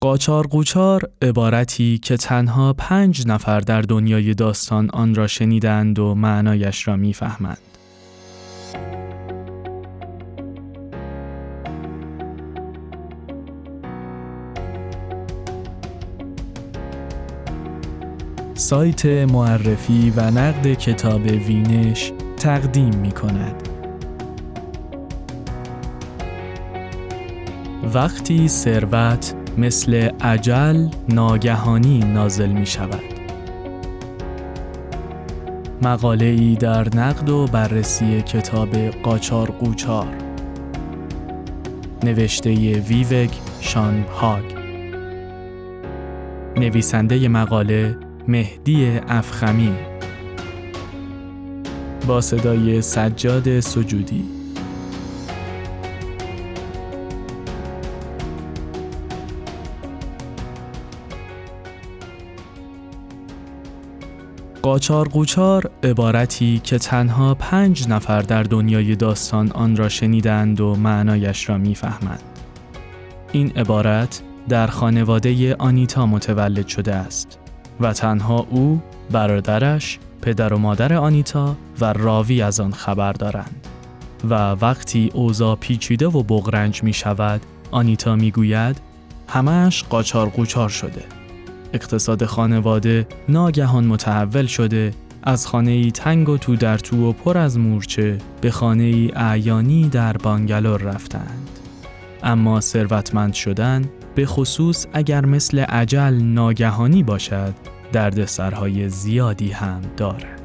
قاچار قوچار عبارتی که تنها 5 نفر در دنیای داستان آن را شنیدند و معنایش را می‌فهمند. سایت معرفی و نقد کتاب وینش تقدیم می‌کند. وقتی ثروت مثل اجل ناگهانی نازل می شود. مقاله‌ای در نقد و بررسی کتاب قاچار قوچار، نوشته ویوک شان هاگ، نویسنده مقاله مهدی افخمی، با صدای سجاد سجودی. قاچار قوچار عبارتی که تنها 5 نفر در دنیای داستان آن را شنیدند و معنایش را می‌فهمند. این عبارت در خانواده آنیتا متولد شده است و تنها او، برادرش، پدر و مادر آنیتا و راوی از آن خبر دارند. و وقتی اوضاع پیچیده و بغرنج می شود، آنیتا می گوید همه‌اش قاچار قوچار شده. اقتصاد خانواده ناگهان متحول شده، از خانه‌ای تنگ و تو در تو و پر از مورچه به خانه‌ای اعیانی در بانگلور رفتند. اما ثروتمند شدن، به خصوص اگر مثل اجل ناگهانی باشد، دردسرهای زیادی هم دارد.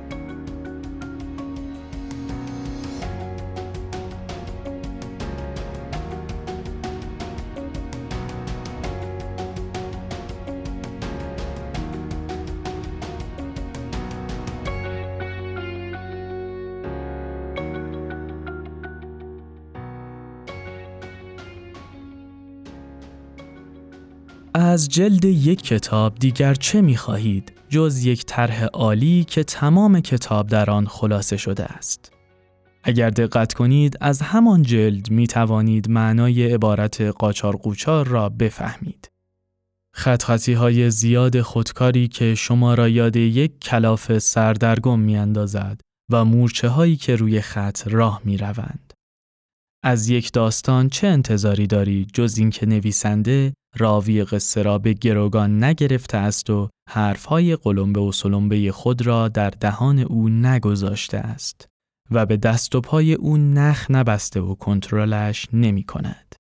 از جلد یک کتاب دیگر چه می‌خواهید جز یک طرح عالی که تمام کتاب در آن خلاصه شده است؟ اگر دقت کنید از همان جلد می‌توانید معنای عبارت قاچار قوچار را بفهمید. خط‌خطی‌های زیاد خودکاری که شما را یاد یک کلاف سردرگم می‌اندازد و مورچه‌هایی که روی خط راه می‌روند. از یک داستان چه انتظاری داری جز اینکه نویسنده راوی قصه را به گروگان نگرفته است و حرفهای قلمبه و سلمبه خود را در دهان او نگذاشته است و به دست و پای او نخ نبسته و کنترلش نمی کند.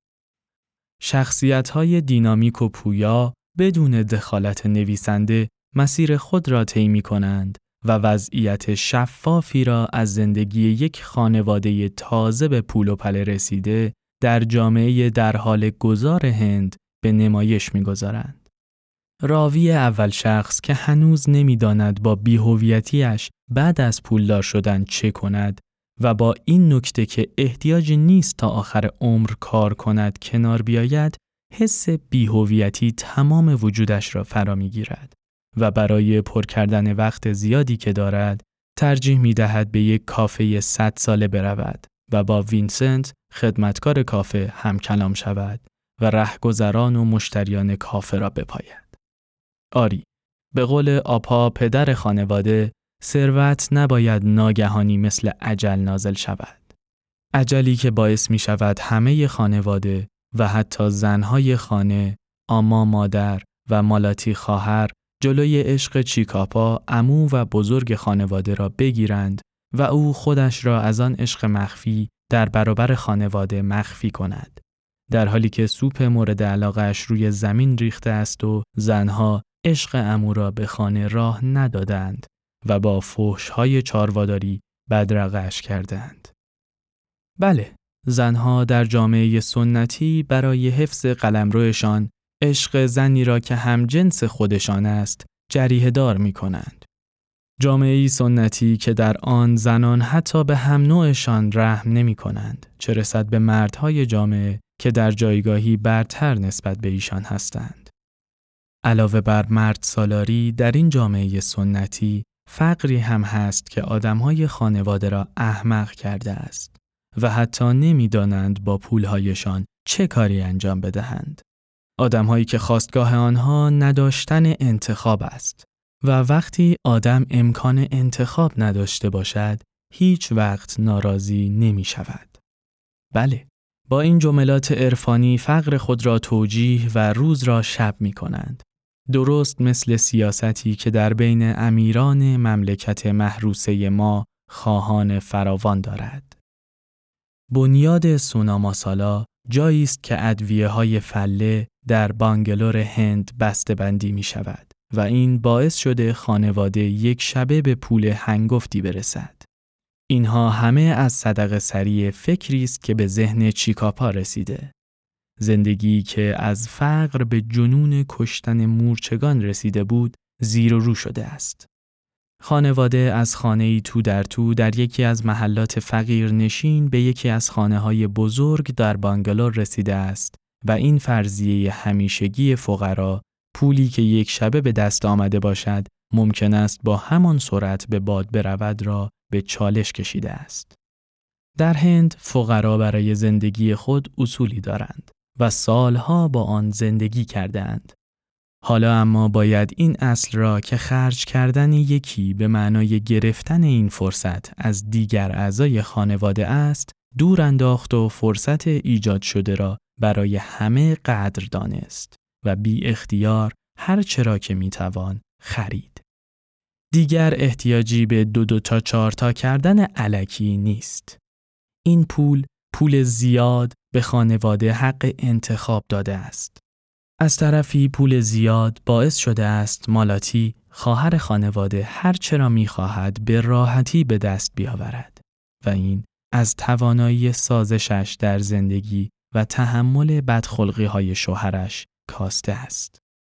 شخصیت‌های دینامیک و پویا بدون دخالت نویسنده مسیر خود را طی می کنند و وضعیت شفافی را از زندگی یک خانواده تازه به پول و پله رسیده در جامعه در حال گذار هند به نمایش می‌گذارند. راوی اول شخص که هنوز نمی‌داند با بی‌هویتی‌اش بعد از پولدار شدن چه کند و با این نکته که احتیاج نیست تا آخر عمر کار کند کنار بیاید، حس بی‌هویتی تمام وجودش را فرا می‌گیرد و برای پر کردن وقت زیادی که دارد ترجیح می‌دهد به یک کافه 100 ساله برود و با وینسنت خدمتکار کافه هم کلام شود و رهگذران و مشتریان کافه را بپاید. آری، به قول آپا پدر خانواده، ثروت نباید ناگهانی مثل اجل نازل شود. اجلی که باعث می شود همه خانواده و حتی زنهای خانه، آما مادر و مالاتی خواهر جلوی عشق چیکاپا عمو و بزرگ خانواده را بگیرند و او خودش را از آن عشق مخفی در برابر خانواده مخفی کند. در حالی که سوپ مورد علاقه‌اش روی زمین ریخته است و زنها عشق عمو را به خانه راه ندادند و با فحش‌های چارواداری بدرقه‌اش کردند. بله، زنها در جامعه سنتی برای حفظ قلمروشان عشق زنی را که همجنس خودشان است جریحه دار می کنند. جامعه سنتی که در آن زنان حتی به هم نوعشان رحم نمی کنند، چه رسد به مردهای جامعه که در جایگاهی برتر نسبت به ایشان هستند. علاوه بر مرد سالاری در این جامعه سنتی فقری هم هست که آدمهای خانواده را احمق کرده است و حتی نمی دانند با پولهایشان چه کاری انجام بدهند. آدم‌هایی که خواستگاه آنها نداشتن انتخاب است و وقتی آدم امکان انتخاب نداشته باشد، هیچ وقت ناراضی نمی شود. بله، با این جملات عرفانی فقر خود را توجیه و روز را شب می کنند. درست مثل سیاستی که در بین امیران مملکت محروسه ما خواهان فراوان دارد. بنیاد سونا ماسالا جایی است که ادویه‌های فله در بانگلور هند بسته‌بندی می شود و این باعث شده خانواده یک شبه به پول هنگفتی برسد. اینها همه از صدقه سری فکری است که به ذهن چیکاپا رسیده. زندگی که از فقر به جنون کشتن مورچگان رسیده بود، زیر و رو شده است. خانواده از خانه‌ای تو در یکی از محلات فقیر نشین به یکی از خانه‌های بزرگ در بانگلور رسیده است و این فرضیه همیشگی فقرا، پولی که یک شبه به دست آمده باشد ممکن است با همان سرعت به باد برود را به چالش کشیده است. در هند فقرا برای زندگی خود اصولی دارند و سالها با آن زندگی کردند. حالا اما باید این اصل را که خرج کردن یکی به معنای گرفتن این فرصت از دیگر اعضای خانواده است، دور انداخت و فرصت ایجاد شده را برای همه قدر دانست و بی اختیار هر چرا که میتوان خرید. دیگر احتیاجی به 2 تا 4 تا کردن الکی نیست. این پول زیاد به خانواده حق انتخاب داده است. از طرفی پول زیاد باعث شده است مالاتی خواهر خانواده هر چرا می‌خواهد به راحتی به دست بیاورد و این از توانایی سازشش در زندگی و تحمل بدخلقی‌های شوهرش کاسته است.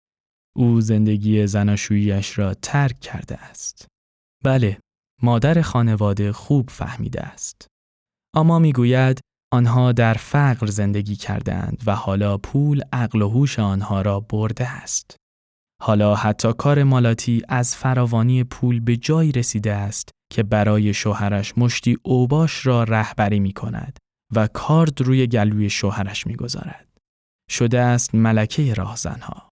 او زندگی زناشویی‌اش را ترک کرده است. بله، مادر خانواده خوب فهمیده است. اما میگوید آنها در فقر زندگی کردند و حالا پول عقل و هوش آنها را برده است. حالا حتی کار مالاتی از فراوانی پول به جایی رسیده است که برای شوهرش مشتی اوباش را رهبری می کند و کارد روی گلوی شوهرش می گذارد. شده است ملکه راهزنها.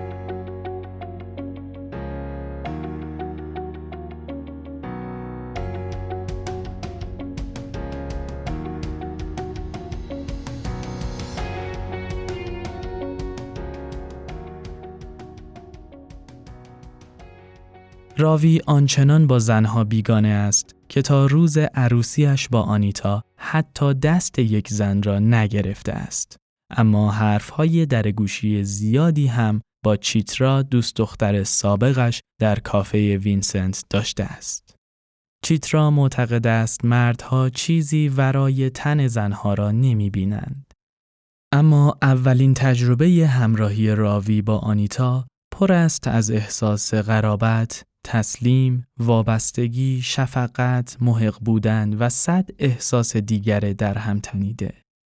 راوی آنچنان با زنها بیگانه است که تا روز عروسیش با آنیتا حتی دست یک زن را نگرفته است. اما حرفهای درگوشی زیادی هم با چیترا دوست دختر سابقش در کافه وینسنت داشته است. چیترا معتقد است مردها چیزی ورای تن زنها را نمی بینند. اما اولین تجربه همراهی راوی با آنیتا پر است از احساس قرابت، تسلیم، وابستگی، شفقت، محق بودن و 100 احساس دیگر در هم تنیده.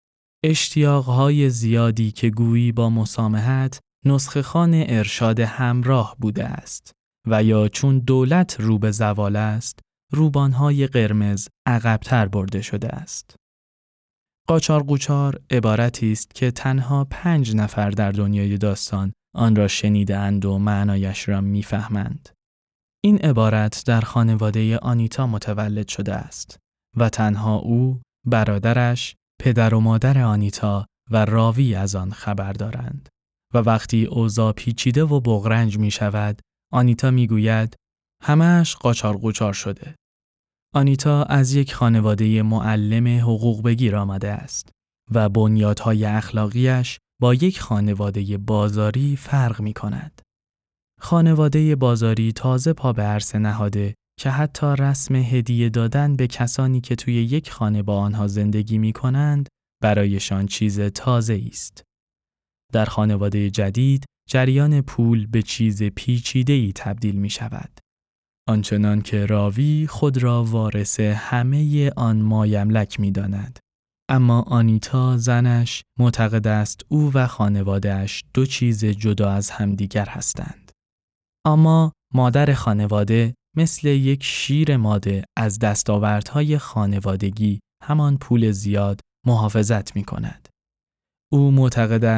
اشتیاقهای زیادی که گویی با مسامحت نسخه خوان ارشاد همراه بوده است و یا چون دولت رو به زوال است، روبانهای قرمز عقب‌تر برده شده است. قاچار قوچار عبارتی است که تنها 5 نفر در دنیای داستان آن را شنیده‌اند و معنایش را می‌فهمند. این عبارت در خانواده آنیتا متولد شده است و تنها او، برادرش، پدر و مادر آنیتا و راوی از آن خبر دارند. و وقتی اوضاع پیچیده و بغرنج می شود، آنیتا می گوید همه‌اش قاچار قوچار شده. آنیتا از یک خانواده معلم حقوق بگیر آمده است و بنیادهای اخلاقیش با یک خانواده بازاری فرق می کند. خانواده بازاری تازه پا به عرصه نهاده که حتی رسم هدیه دادن به کسانی که توی یک خانه با آنها زندگی می کنند برایشان چیز تازه است. در خانواده جدید جریان پول به چیز پیچیده‌ای تبدیل می شود. آنچنان که راوی خود را وارث همه آن مایملک می داند. اما آنیتا زنش معتقد است او و خانواده‌اش 2 چیز جدا از همدیگر هستند. اما مادر خانواده مثل یک شیر ماده از دستاوردهای خانوادگی همان پول زیاد محافظت می کند. او معتقد است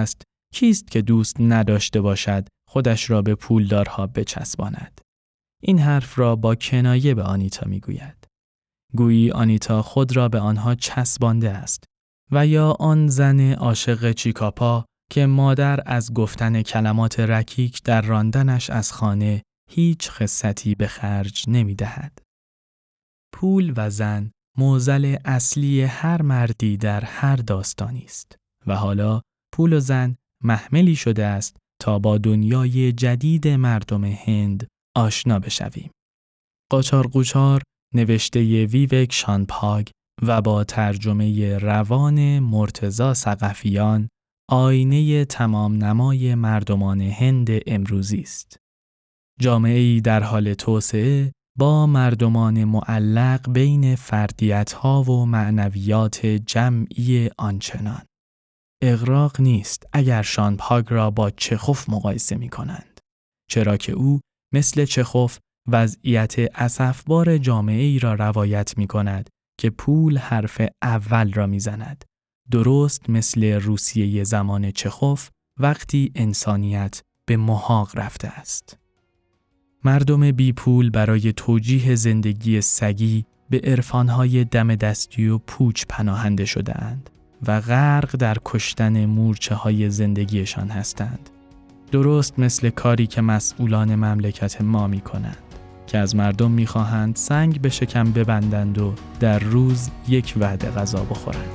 کیست که دوست نداشته باشد خودش را به پولدارها بچسباند؟ این حرف را با کنایه به آنیتا میگوید. گویی آنیتا خود را به آنها چسبانده است و یا آن زن عاشق چیکاپا که مادر از گفتن کلمات رکیک در راندنش از خانه هیچ خصتی به خرج نمی دهد. پول و زن معضل اصلی هر مردی در هر داستانی است و حالا پول و زن محملی شده است تا با دنیای جدید مردم هند آشنا بشویم. قاچار قوچار نوشته ویوک شانپاگ و با ترجمه روان مرتضی ثقفیان آینه تمام نمای مردمان هند امروزی است. جامعه‌ای در حال توسعه با مردمان معلق بین فردیت‌ها و معنویات جمعی آنچنان. اغراق نیست اگر شانپاگ را با چخوف مقایسه می‌کنند، چرا که او مثل چخوف وضعیت اسفبار جامعه‌ای را روایت می‌کند که پول حرف اول را می‌زند، درست مثل روسیه زمان چخوف وقتی انسانیت به محاق رفته است. مردم بی پول برای توجیه زندگی سگی به عرفان‌های دم دستی و پوچ پناهنده شده‌اند و غرق در کشتن مورچه‌های زندگیشان هستند. درست مثل کاری که مسئولان مملکت ما می‌کنند که از مردم می‌خواهند سنگ به شکم ببندند و در روز یک وعده غذا بخورند.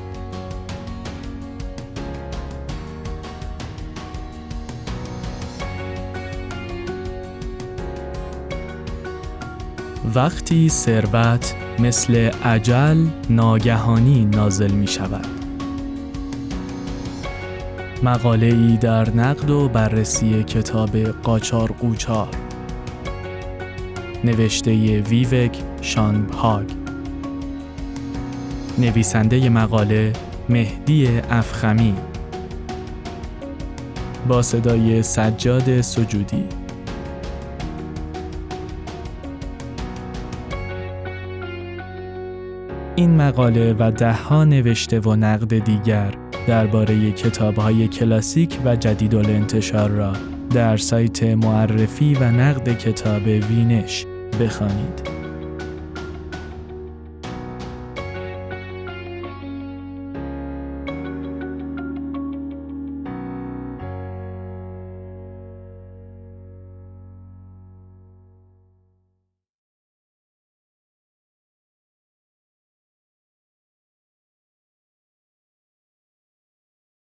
وقتی ثروت مثل اجل ناگهانی نازل می شود. مقاله‌ای در نقد و بررسی کتاب قاچار قوچار، نوشته ویوک شانپاگ، نویسنده مقاله مهدی افخمی، با صدای سجاد سجودی. این مقاله و ده‌ها نوشته و نقد دیگر درباره کتاب‌های کلاسیک و جدیدالانتشار را در سایت معرفی و نقد کتاب وینش بخوانید.